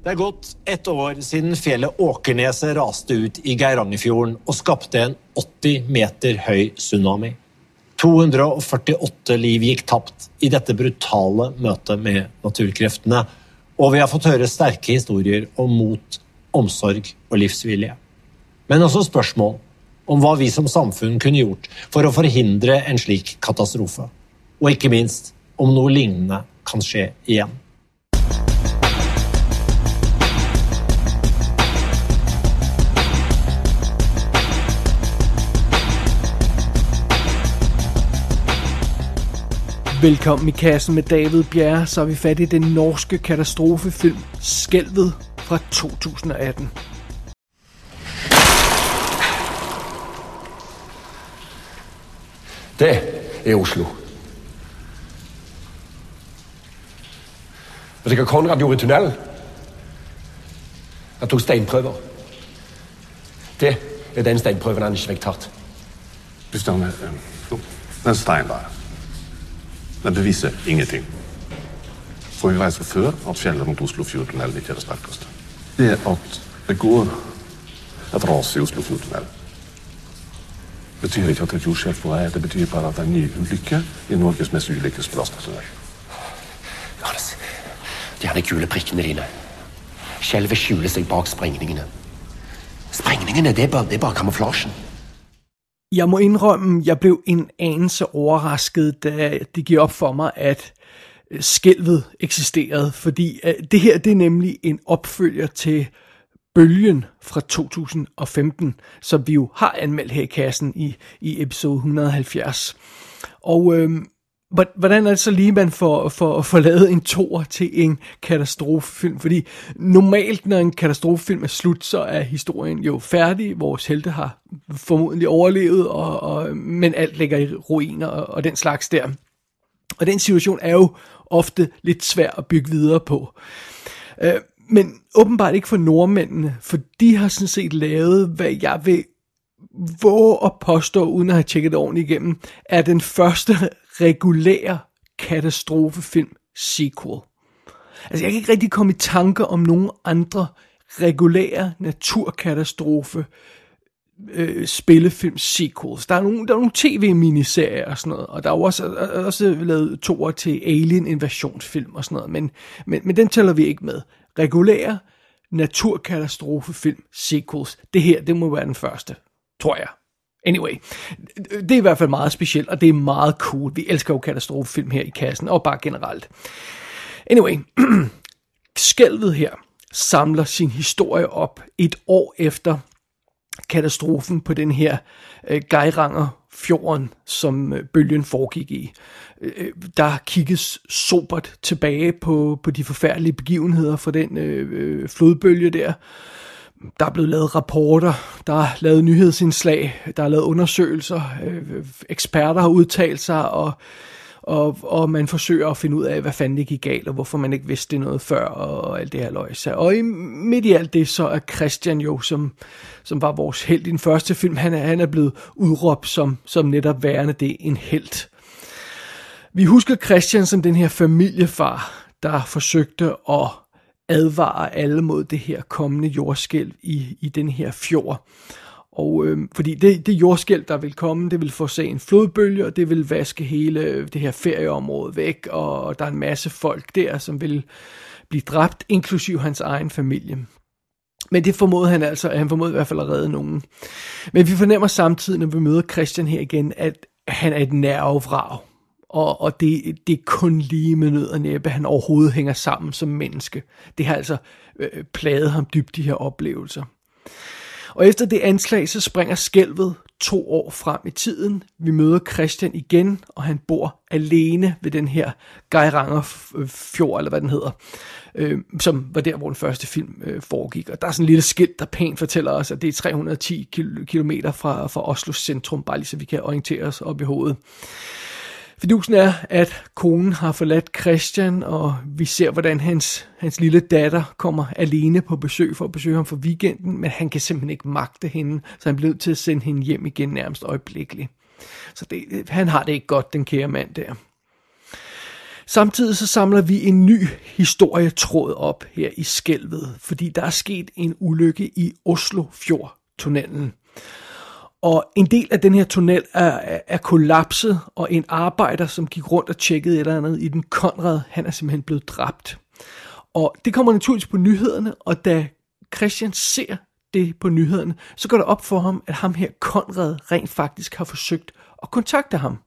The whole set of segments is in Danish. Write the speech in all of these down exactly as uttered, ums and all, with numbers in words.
Det er gått ett år siden fjellet Åkerneset raste ut i Geirangerfjorden og skapte en åtti meter høy tsunami. to hundre førtiåtte liv gikk tapt i dette brutale møtet med naturkreftene, og vi har fått høre sterke historier om mot, omsorg og livsvilje. Men også spørsmål om hva vi som samfunn kunne gjort for å forhindre en slik katastrofe, og ikke minst om noe lignende kan skje igjen. Velkommen i kassen med David Bjerre, så er vi fat i den norske katastrofefilm Skælvet fra to tusind og atten. Det er Oslo. Vet du hva Konrad gjorde i tunnelen? Han tog steinprøver. Det er den steinprøven han ikke fikk tatt. Kristian, den stein der, den beviser ingenting. For vi vet fra før at fjellet mot Oslofjordtunnelen ikke er det sterkeste. Det at det går et ras i Oslofjordtunnelen betyr ikke at et jordskjelv på vei, det betyr bare at det er en ny ulykke i Norges mest ulykkesbelastede tunnel. Johannes, de her gule prikkene dine. Skjelvet skjuler seg bak sprengningene. Sprengningene, det er bare, det er bare kamuflasjen. Jeg må indrømme, jeg blev en anelse overrasket, da det gik op for mig, at skælvet eksisterede, fordi det her, det er nemlig en opfølger til Bølgen fra to tusind og femten, som vi jo har anmeldt her i kassen i, i episode et hundrede og halvfjerds. Og øhm, hvordan er det så lige, man får, får, får lavet en toer til en katastrofefilm? Fordi normalt, når en katastrofefilm er slut, så er historien jo færdig. Vores helte har formodentlig overlevet, og, og, men alt ligger i ruiner og, og den slags der. Og den situation er jo ofte lidt svær at bygge videre på. Øh, men åbenbart ikke for nordmændene, for de har sådan set lavet, hvad jeg vil våge at påstå, uden at have tjekket det ordentligt igennem, er den første regulære katastrofefilm sequel. Altså jeg kan ikke rigtig komme i tanke om nogen andre regulære naturkatastrofe øh, spillefilm sequels. Der er nogle, der er nogle tv-miniserier og sådan noget, og der er også, også lavet toer til Alien invasionsfilm og sådan noget, men, men, men den tæller vi ikke med. Regulære naturkatastrofefilm sequels. Det her, det må være den første, tror jeg. Anyway, det er i hvert fald meget specielt, og det er meget cool. Vi elsker jo katastrofefilm her i kassen, og bare generelt. Anyway, Skælvet her samler sin historie op et år efter katastrofen på den her øh, Geirangerfjorden, som øh, bølgen foregik i. Øh, der kigges sobert tilbage på, på de forfærdelige begivenheder fra den øh, flodbølge der. Der er blevet lavet rapporter, der er lavet nyhedsindslag, der er lavet undersøgelser, øh, eksperter har udtalt sig, og, og, og man forsøger at finde ud af, hvad fanden det gik galt, og hvorfor man ikke vidste det noget før, og alt det her løjse. Og i, midt i alt det, så er Christian jo, som, som var vores helt i den første film, han er, han er blevet udråbt som, som netop værende det en helt. Vi husker Christian som den her familiefar, der forsøgte at advare alle mod det her kommende jordskælv i, i den her fjord. Og øh, fordi det, det jordskælv, der vil komme, det vil få se en flodbølge, og det vil vaske hele det her ferieområde væk, og der er en masse folk der, som vil blive dræbt, inklusiv hans egen familie. Men det formodede han altså, han formodede i hvert fald at redde nogen. Men vi fornemmer samtidig, når vi møder Christian her igen, at han er et nervevrag. Og, og det, det er kun lige med nød og næppe, han overhovedet hænger sammen som menneske. Det har altså øh, plaget ham dybt, de her oplevelser. Og efter det anslag, så springer skælvet to år frem i tiden. Vi møder Christian igen, og han bor alene ved den her Geirangerfjord, eller hvad den hedder, øh, som var der, hvor den første film øh, foregik. Og der er sådan en lille skilt, der pænt fortæller os, at det er tre hundrede og ti kilometer fra, fra Oslos centrum, bare lige så vi kan orientere os op i hovedet. Fidusen er, at konen har forladt Christian, og vi ser, hvordan hans, hans lille datter kommer alene på besøg for at besøge ham for weekenden, men han kan simpelthen ikke magte hende, så han bliver nødt til at sende hende hjem igen nærmest øjeblikkeligt. Så det, han har det ikke godt, den kære mand der. Samtidig så samler vi en ny historietråd op her i Skælvet, fordi der er sket en ulykke i Oslofjordtunnelen. Og en del af den her tunnel er, er kollapset, og en arbejder, som gik rundt og tjekkede et eller andet i den, Konrad, han er simpelthen blevet dræbt. Og det kommer naturligvis på nyhederne, og da Christian ser det på nyhederne, så går det op for ham, at ham her, Konrad, rent faktisk har forsøgt at kontakte ham.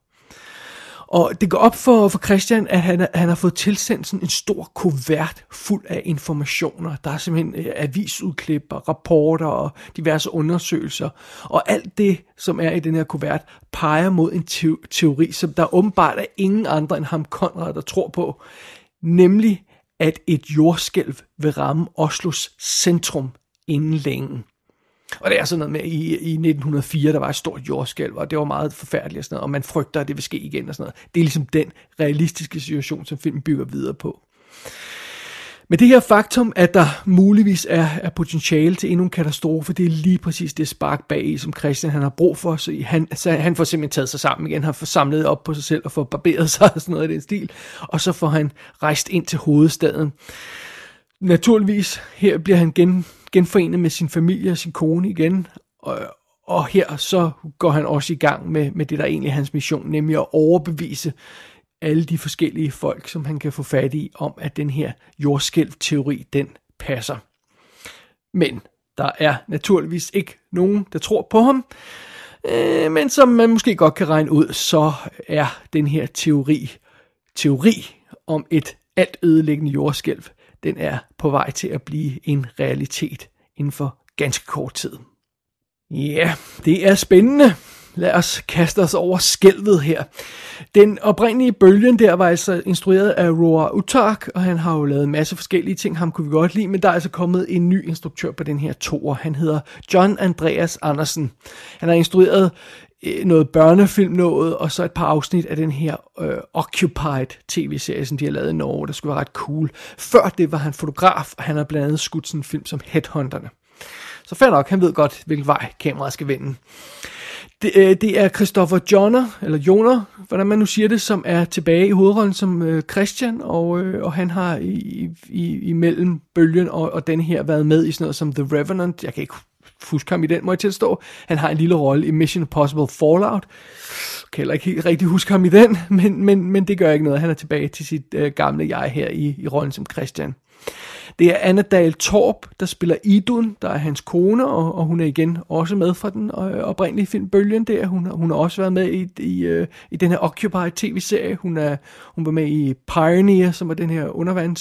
Og det går op for, for Christian, at han, han har fået tilsendt sådan en stor kuvert fuld af informationer. Der er simpelthen avisudklip og rapporter og diverse undersøgelser. Og alt det, som er i den her kuvert, peger mod en te- teori, som der åbenbart er ingen andre end ham, Konrad, der tror på. Nemlig, at et jordskælv vil ramme Oslos centrum inden længe. Og det er sådan noget med, i, i nitten hundrede og fire, der var et stort jordskælv, og det var meget forfærdeligt og sådan noget, og man frygter, at det vil ske igen og sådan noget. Det er ligesom den realistiske situation, som filmen bygger videre på. Men det her faktum, at der muligvis er, er potentiale til endnu en katastrofe, det er lige præcis det spark bag i, som Christian han har brug for. Så han, så han får simpelthen taget sig sammen igen, han får samlet op på sig selv og får barberet sig og sådan noget i den stil, og så får han rejst ind til hovedstaden. Naturligvis, her bliver han gen, genforenet med sin familie og sin kone igen, og, og her så går han også i gang med, med det, der egentlig er hans mission, nemlig at overbevise alle de forskellige folk, som han kan få fat i, om at den her jordskælv-teori, den passer. Men der er naturligvis ikke nogen, der tror på ham, øh, men som man måske godt kan regne ud, så er den her teori, teori om et alt ødelæggende jordskælv, den er på vej til at blive en realitet inden for ganske kort tid. Ja, det er spændende. Lad os kaste os over skælvet her. Den oprindelige Bølgen der var altså instrueret af Roar Uttarp, og han har jo lavet en masse forskellige ting, ham kunne vi godt lide, men der er altså kommet en ny instruktør på den her toer. Han hedder John Andreas Andersen. Han har instrueret noget børnefilm noget, og så et par afsnit af den her øh, Occupied tv-serie, som de har lavet i Norge, der skulle være ret cool. Før det var han fotograf, og han har blandt andet skudt sådan en film som Headhunterne. Så fair nok, han ved godt, hvilken vej kameraet skal vende. Det, øh, det er Christopher Joner, eller Joner, hvordan man nu siger det, som er tilbage i hovedrollen som øh, Christian, og, øh, og han har i, i, imellem Bølgen og, og den her været med i sådan noget som The Revenant. Jeg kan ikke huske ham i den, må jeg tilstå. Han har en lille rolle i Mission Impossible Fallout. Jeg kan heller ikke helt rigtig huske ham i den, men, men, men det gør ikke noget. Han er tilbage til sit øh, gamle jeg her i, i rollen som Christian. Det er Anna Dahl Torp, der spiller Idun, der er hans kone, og, og hun er igen også med fra den øh, oprindelige film Bølgen der. Hun, hun har også været med i, i, øh, i den her Occupied tv-serie. Hun, er, hun var med i Pioneer, som er den her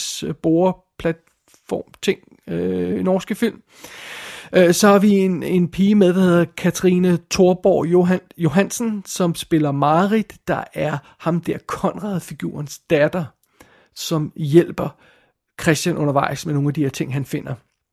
undervandsboreplatform ting, øh, norske film. Så har vi en, en pige med, der hedder Katrine Thorborg Johan, Johansen, som spiller Marit, der er ham der Konrad-figurens datter, som hjælper Christian undervejs med nogle af de her ting, han finder.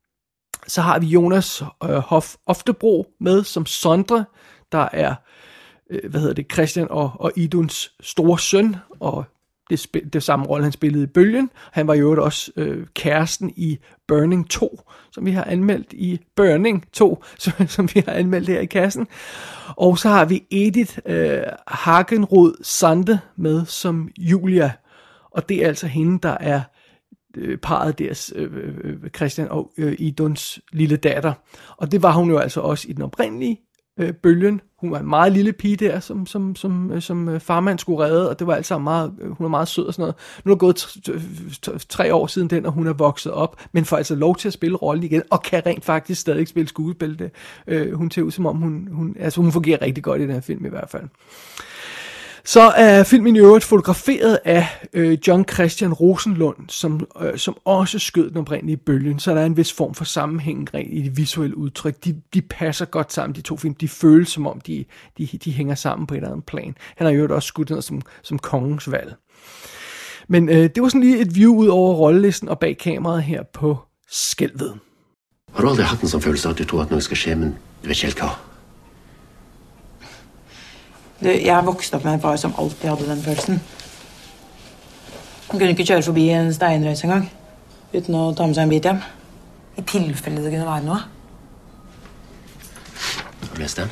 Så har vi Jonas øh, Hoff Oftebro med som Sondre, der er øh, hvad hedder det, Christian og, og Iduns store søn, og det, det samme rolle, han spillede i Bølgen. Han var jo også øh, kæresten i Burning to, som vi har anmeldt i Burning to, som, som vi har anmeldt her i kassen. Og så har vi Edith øh, Hagenrod Sande med som Julia, og det er altså hende, der er øh, parret deres, øh, øh, Christian og øh, Iduns lille datter. Og det var hun jo altså også i den oprindelige øh, Bølgen. Hun var en meget lille pige der, som, som, som, som farmand skulle redde, og det var altså meget, hun var meget sød og sådan noget. Nu er det gået t- t- t- tre år siden den, og hun er vokset op, men får altså lov til at spille rollen igen, og kan rent faktisk stadig spille skuespil. Det. Øh, hun ser ud som om, hun, hun, altså hun fungerer rigtig godt i den her film i hvert fald. Så er filmen i øvrigt fotograferet af øh, John Christian Rosenlund, som, øh, som også skød den oprindelige Bølgen, så der er en vis form for sammenhæng i det visuelle udtryk. De, de passer godt sammen, de to film. De føles som om, de, de, de hænger sammen på et eller andet plan. Han har i øvrigt også skudt noget som, som Kongens Valg. Men øh, det var sådan lige et view ud over rollelisten og bag kameraet her på Skælvet. Har du aldrig haft en sådan følelse af, at du tror, at noget skal ske, men du vet ikke helt hva? Du, jeg er vokst opp med en far som alltid hadde den følelsen. Han kunne ikke kjøre forbi en steinrøys en gang, uten å ta med seg en bit hjem. I tilfelle det kunne være noe. Har du læst den?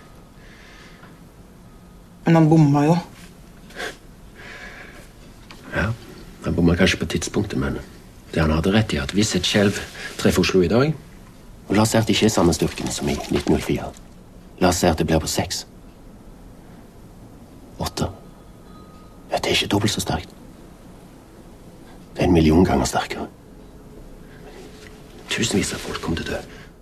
Men han bomma jo. Ja, han bommer kanskje på tidspunktet, men det han hadde rett i at hvis et skjelv treffer Oslo i dag, og la oss si at det ikke er samme styrken som i nitten null fire. La oss si at det blir på seks. Åtte. Ja, det er ikke dobbelt så sterkt. Det er en million ganger sterkere. Tusindvis af folk kommer til at dø.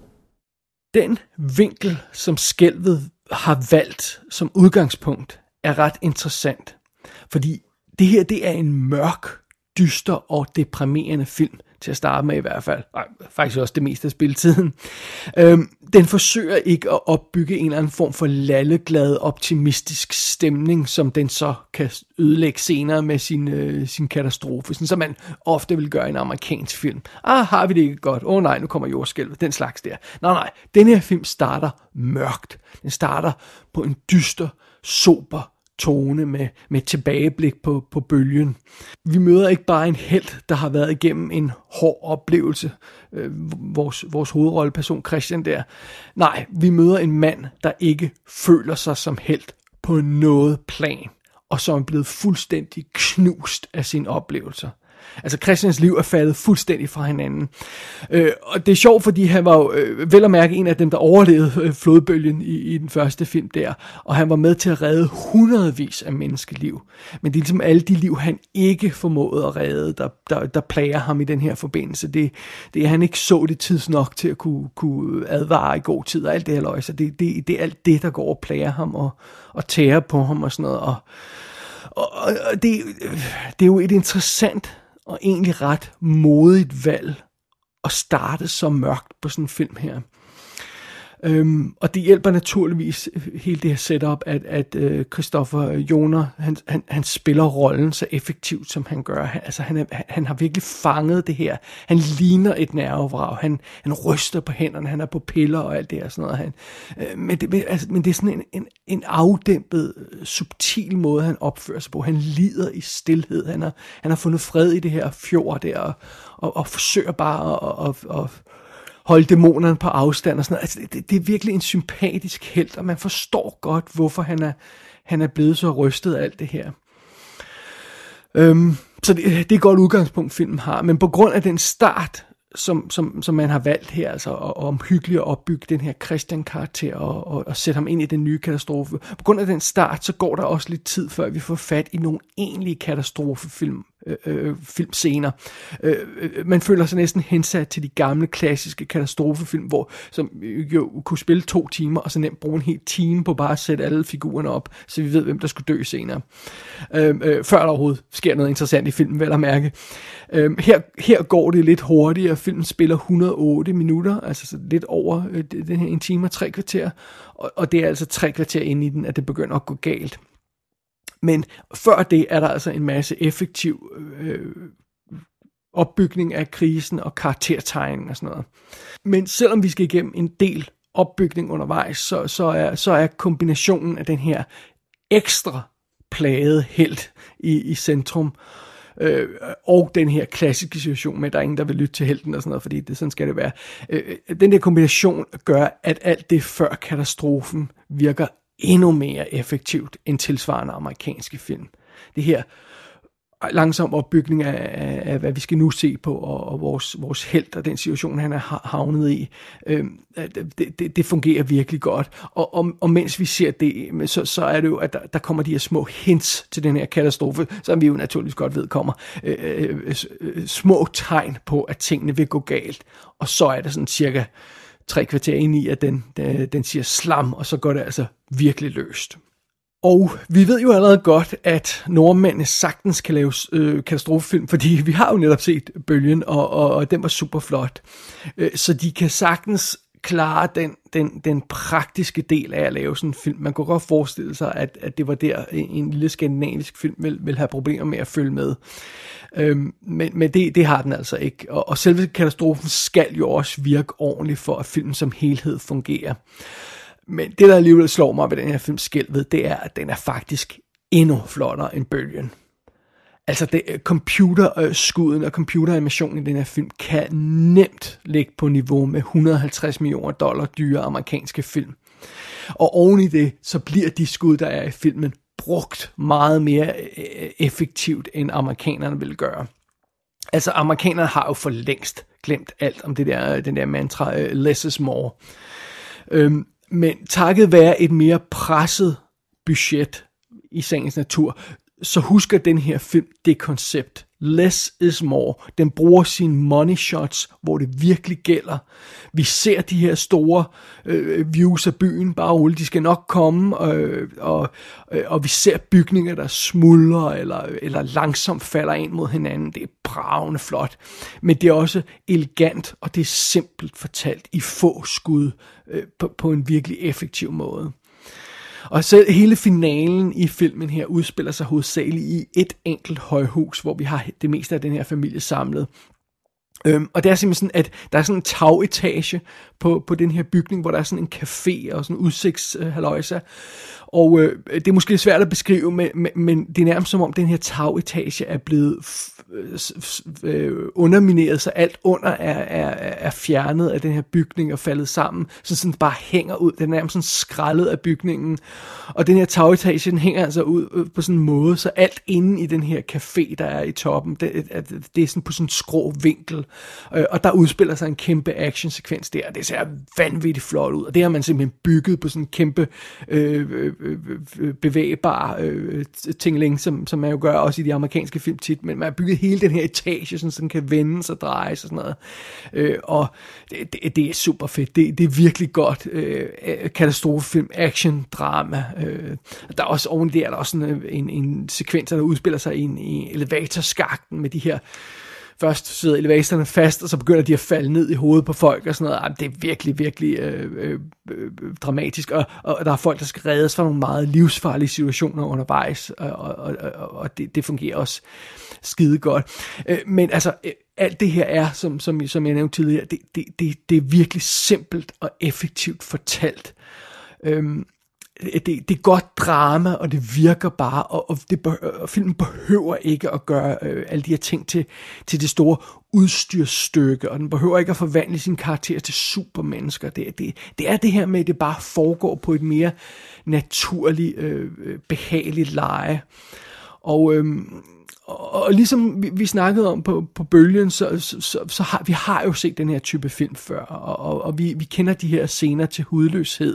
Den vinkel, som skælvet har valgt som udgangspunkt, er ret interessant. Fordi det her, det er en mørk, dyster og deprimerende film, til at starte med i hvert fald. Og faktisk også det meste af spilletiden. Øhm, den forsøger ikke at opbygge en eller anden form for lalleglad, optimistisk stemning, som den så kan ødelægge senere med sin, øh, sin katastrofe, sådan som man ofte vil gøre i en amerikansk film. Ah, har vi det ikke godt? Åh oh, nej, nu kommer jordskælvet. Den slags der. Nej, nej. Den her film starter mørkt. Den starter på en dyster, sober tone med, med tilbageblik på, på bølgen. Vi møder ikke bare en helt, der har været igennem en hård oplevelse, øh, vores, vores hovedrolleperson Christian der. Nej, vi møder en mand, der ikke føler sig som helt på noget plan, og som er blevet fuldstændig knust af sine oplevelser. Altså Christians liv er faldet fuldstændig fra hinanden. Øh, og det er sjovt, fordi han var jo øh, vel at mærke en af dem, der overlevede øh, flodbølgen i, i den første film der. Og han var med til at redde hundredvis af menneskeliv. Men det er ligesom alle de liv, han ikke formåede at redde, der, der, der plager ham i den her forbindelse. Det, det er, han ikke så det tids nok til at kunne, kunne advare i god tid og alt det her løg. Så det, det, det er alt det, der går og plager ham og, og tærer på ham og sådan noget. Og, og, og det, det er jo et interessant og egentlig ret modigt valg at starte så mørkt på sådan en film her. Øhm, og det hjælper naturligvis hele det her setup, at, at uh, Christopher Joner, han, han, han spiller rollen så effektivt, som han gør. Han, altså, han, er, han har virkelig fanget det her. Han ligner et nervevrag. Han, han ryster på hænderne, han er på piller og alt det her. Sådan noget. Han, øh, men, det, altså, men det er sådan en, en, en afdæmpet, subtil måde, han opfører sig på. Han lider i stilhed. Han har, han har fundet fred i det her fjord der, og, og, og forsøger bare at... Og, og, holde dæmonerne på afstand og sådan noget. Altså, det, det er virkelig en sympatisk helt, og man forstår godt, hvorfor han er, han er blevet så rystet af alt det her. Øhm, så det, det er et godt udgangspunkt, filmen har. Men på grund af den start, som, som, som man har valgt her, altså og, og omhyggeligt at opbygge den her Christian-karakter og, og, og sætte ham ind i den nye katastrofe. På grund af den start, så går der også lidt tid, før vi får fat i nogle egentlige katastrofefilm. Øh, øh, filmscener. Øh, øh, man føler sig næsten hensat til de gamle, klassiske katastrofefilm, hvor som jo kunne spille to timer, og så nemt bruge en hel time på bare at sætte alle figurerne op, så vi ved, hvem der skulle dø senere. Øh, øh, før der overhovedet sker noget interessant i filmen, vel at mærke. Øh, her, her går det lidt hurtigere. Filmen spiller et hundrede og otte minutter, altså så lidt over øh, den her en time og tre kvarter, og, og det er altså tre kvarter inde i den, at det begynder at gå galt. Men før det er der altså en masse effektiv øh, opbygning af krisen og karaktertegning og sådan noget. Men selvom vi skal igennem en del opbygning undervejs, så, så, er, så er kombinationen af den her ekstra plagede helt i, i centrum, øh, og den her klassiske situation med, at der er ingen, der vil lytte til helten og sådan noget, fordi det, sådan skal det være. Øh, den der kombination gør, at alt det før katastrofen virker endnu mere effektivt end tilsvarende amerikanske film. Det her langsom opbygning af, af, af hvad vi skal nu se på, og, og vores, vores helt og den situation, han er havnet i, øh, det, det, det fungerer virkelig godt. Og, og, og mens vi ser det, så, så er det jo, at der, der kommer de her små hints til den her katastrofe, som vi jo naturligvis godt ved kommer. Øh, øh, øh, små tegn på, at tingene vil gå galt. Og så er det sådan cirka tre kvarter ind i, at den, den, den siger slam, og så går det altså virkelig løst. Og vi ved jo allerede godt, at nordmændene sagtens kan lave øh, katastrofefilm, fordi vi har jo netop set Bølgen, og, og, og den var super flot. Øh, så de kan sagtens klare den, den, den praktiske del af at lave sådan en film. Man kunne godt forestille sig, at, at det var der, en lille skandinavisk film vil, vil have problemer med at følge med. Øhm, men men det, det har den altså ikke. Og, og selve katastrofen skal jo også virke ordentligt for, at filmen som helhed fungerer. Men det, der alligevel slår mig ved den her film skælvet, det er, at den er faktisk endnu flottere end Bølgen. Altså, det, computerskuden og computeranimationen i den her film kan nemt ligge på niveau med et hundrede og halvtreds millioner dollar dyre amerikanske film. Og oven i det, så bliver de skud, der er i filmen, brugt meget mere effektivt, end amerikanerne ville gøre. Altså, amerikanerne har jo for længst glemt alt om det der, den der mantra, uh, less is more. Øhm, men takket være et mere presset budget i sagens natur, så husker den her film det koncept. Less is more. Den bruger sine money shots, hvor det virkelig gælder. Vi ser de her store øh, views af byen, bare roligt, de skal nok komme, øh, og, øh, og vi ser bygninger, der smuldrer, eller, eller langsomt falder ind mod hinanden. Det er bravende flot. Men det er også elegant, og det er simpelt fortalt i få skud, øh, på, på en virkelig effektiv måde. Og så hele finalen i filmen her udspiller sig hovedsageligt i et enkelt højhus, hvor vi har det meste af den her familie samlet. Øhm, og det er simpelthen sådan, at der er sådan en tagetage på, på den her bygning, hvor der er sådan en café og sådan en udsigtshalløjsa. Og øh, det er måske svært at beskrive, men, men, men det er nærmest som om den her tagetage er blevet øh, undermineret, så alt under er, er, er fjernet af den her bygning og faldet sammen, så sådan bare hænger ud. Den er nærmest sådan skrællet af bygningen. Og den her tagetage, den hænger altså ud på sådan en måde, så alt inde i den her café, der er i toppen, det, det er sådan på sådan en skrå vinkel. Og der udspiller sig en kæmpe actionsekvens der, og det ser vanvittigt flot ud. Og det har man simpelthen bygget på sådan en kæmpe øh, bevægbar øh, tingling, som, som man jo gør også i de amerikanske film tit, men man har bygget hele den her etage, sådan, så den kan vendes og drejes og sådan noget. Øh, og det, det, det er super fedt. Det, det er virkelig godt. Øh, katastrofefilm, action, drama. Øh, der er også oven i det, er der også sådan en, en sekvens, der udspiller sig i en i elevatorskakten med de her. Først sidder elevatoren fast, og så begynder de at falde ned i hovedet på folk og sådan noget. Jamen, det er virkelig, virkelig øh, øh, øh, dramatisk, og, og der er folk, der skal reddes fra nogle meget livsfarlige situationer undervejs, og, og, og, og det, det fungerer også skide godt. Øh, men altså, øh, alt det her er, som, som, som jeg nævnte tidligere, det, det, det, det er virkelig simpelt og effektivt fortalt. Øhm, Det, det er godt drama, og det virker bare, og, og, det behøver, og filmen behøver ikke at gøre øh, alle de her ting til, til det store udstyrsstykke, og den behøver ikke at forvandle sin karakter til supermennesker. Det, det, det er det her med, at det bare foregår på et mere naturligt, øh, behageligt leje. Og... Øh, Og, og ligesom vi, vi snakkede om på, på bølgen, så, så, så, så har vi har jo set den her type film før, og, og, og vi, vi kender de her scener til hudløshed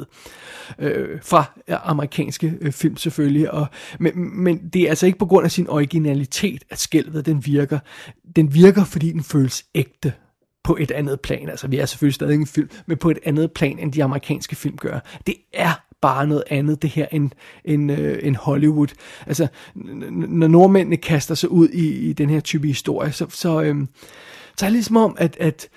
øh, fra amerikanske øh, film selvfølgelig, og, men, men det er altså ikke på grund af sin originalitet, at skælvet den virker. Den virker, fordi den føles ægte på et andet plan. Altså vi er selvfølgelig stadig en film, men på et andet plan, end de amerikanske film gør. Det er bare noget andet, det her, end, end, øh, end Hollywood. Altså, n- når nordmændene kaster sig ud i, i den her type historie, så, så, øh, så er det ligesom om, at, at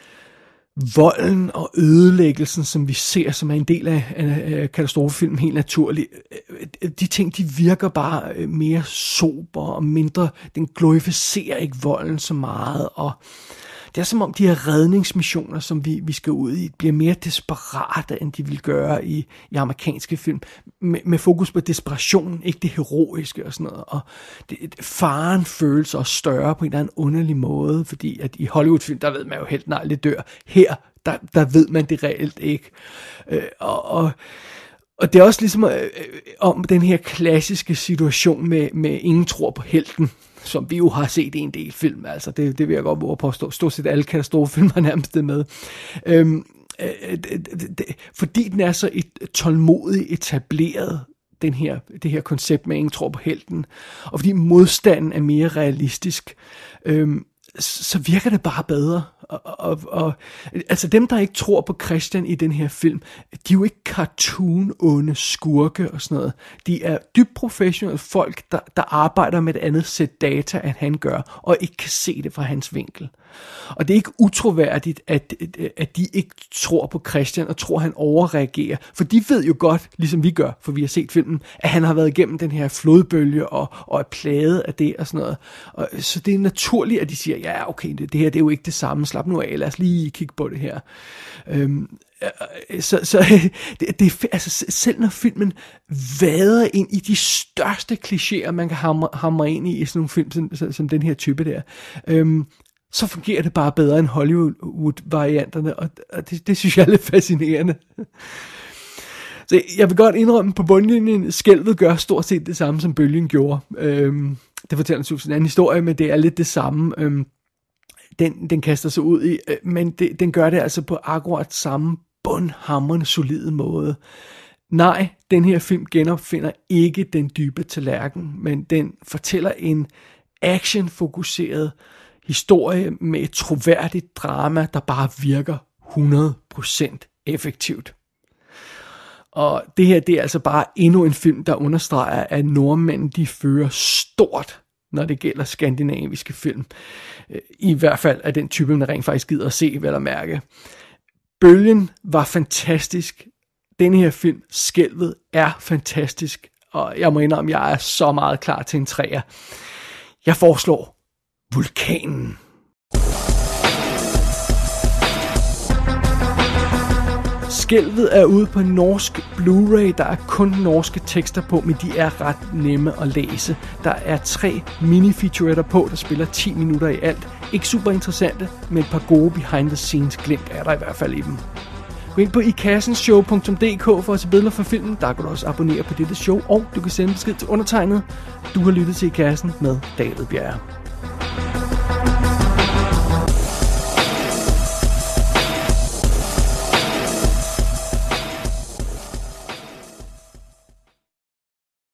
volden og ødelæggelsen, som vi ser, som er en del af, af katastrofefilmen helt naturligt, de ting, de virker bare mere sober og mindre, den glorificerer ikke volden så meget, og det er som om de her redningsmissioner, som vi, vi skal ud i, bliver mere desperate, end de vil gøre i, i amerikanske film. Med, med fokus på desperation, ikke det heroiske og sådan noget. Og det, faren føles også større på en eller anden underlig måde, fordi at i Hollywood-film, der ved man jo helt aldrig dør. Her, der, der ved man det reelt ikke. Øh, og... og Og det er også ligesom øh, om den her klassiske situation med, med ingen tror på helten, som vi jo har set i en del film. Altså det, det vil jeg godt våge påstå. Stort set alle katastrofefilmer er nærmest det med. Øhm, øh, det, det, fordi den er så et tålmodigt etableret, den her, det her koncept med ingen tror på helten, og fordi modstanden er mere realistisk, øhm, så virker det bare bedre. Og, og, og, altså dem, der ikke tror på Christian i den her film, de er jo ikke cartoon-onde skurke og sådan noget. De er dybt professionelle folk, der, der arbejder med et andet sæt data, end han gør, og ikke kan se det fra hans vinkel. Og det er ikke utroværdigt, at, at de ikke tror på Christian, og tror, at han overreagerer. For de ved jo godt, ligesom vi gør, for vi har set filmen, at han har været igennem den her flodbølge, og, og er plaget af det og sådan noget. Og, så det er naturligt, at de siger, ja, okay, det, det her det er jo ikke det samme, slap nu af, lad os lige kigge på det her. Øhm, så så det, det, altså, selv når filmen vader ind i de største klichéer, man kan hamre, hamre ind i, i sådan nogle film, som, som den her type der, øhm, så fungerer det bare bedre end Hollywood-varianterne, og det, det synes jeg er lidt fascinerende. Så jeg vil godt indrømme på bundlinjen, skælvet gør stort set det samme, som bølgen gjorde. Øhm, det fortæller en anden historie, men det er lidt det samme. Øhm, den, den kaster sig ud i, øh, men det, den gør det altså på akkurat samme bundhamrende solide måde. Nej, den her film genopfinder ikke den dybe tallerken, men den fortæller en action-fokuseret historie med et troværdigt drama, der bare virker hundrede procent effektivt. Og det her, det er altså bare endnu en film, der understreger, at nordmænd, de fører stort, når det gælder skandinaviske film. I hvert fald er den type, man rent faktisk gider at se, vel at mærke. Bølgen var fantastisk. Den her film, Skælvet, er fantastisk. Og jeg må indrømme, at jeg er så meget klar til en træer. Jeg foreslår Vulkanen. Skælvet er ude på norsk Blu-ray. Der er kun norske tekster på, men de er ret nemme at læse. Der er tre mini-featuretter på, der spiller ti minutter i alt. Ikke super interessante, men et par gode behind-the-scenes glimt er der i hvert fald i dem. Gå ind på i kassen show punktum d k for at se billeder fra filmen. Der kan du også abonnere på dette show, og du kan sende besked til undertegnet. Du har lyttet til I Kassen med David Bjerre.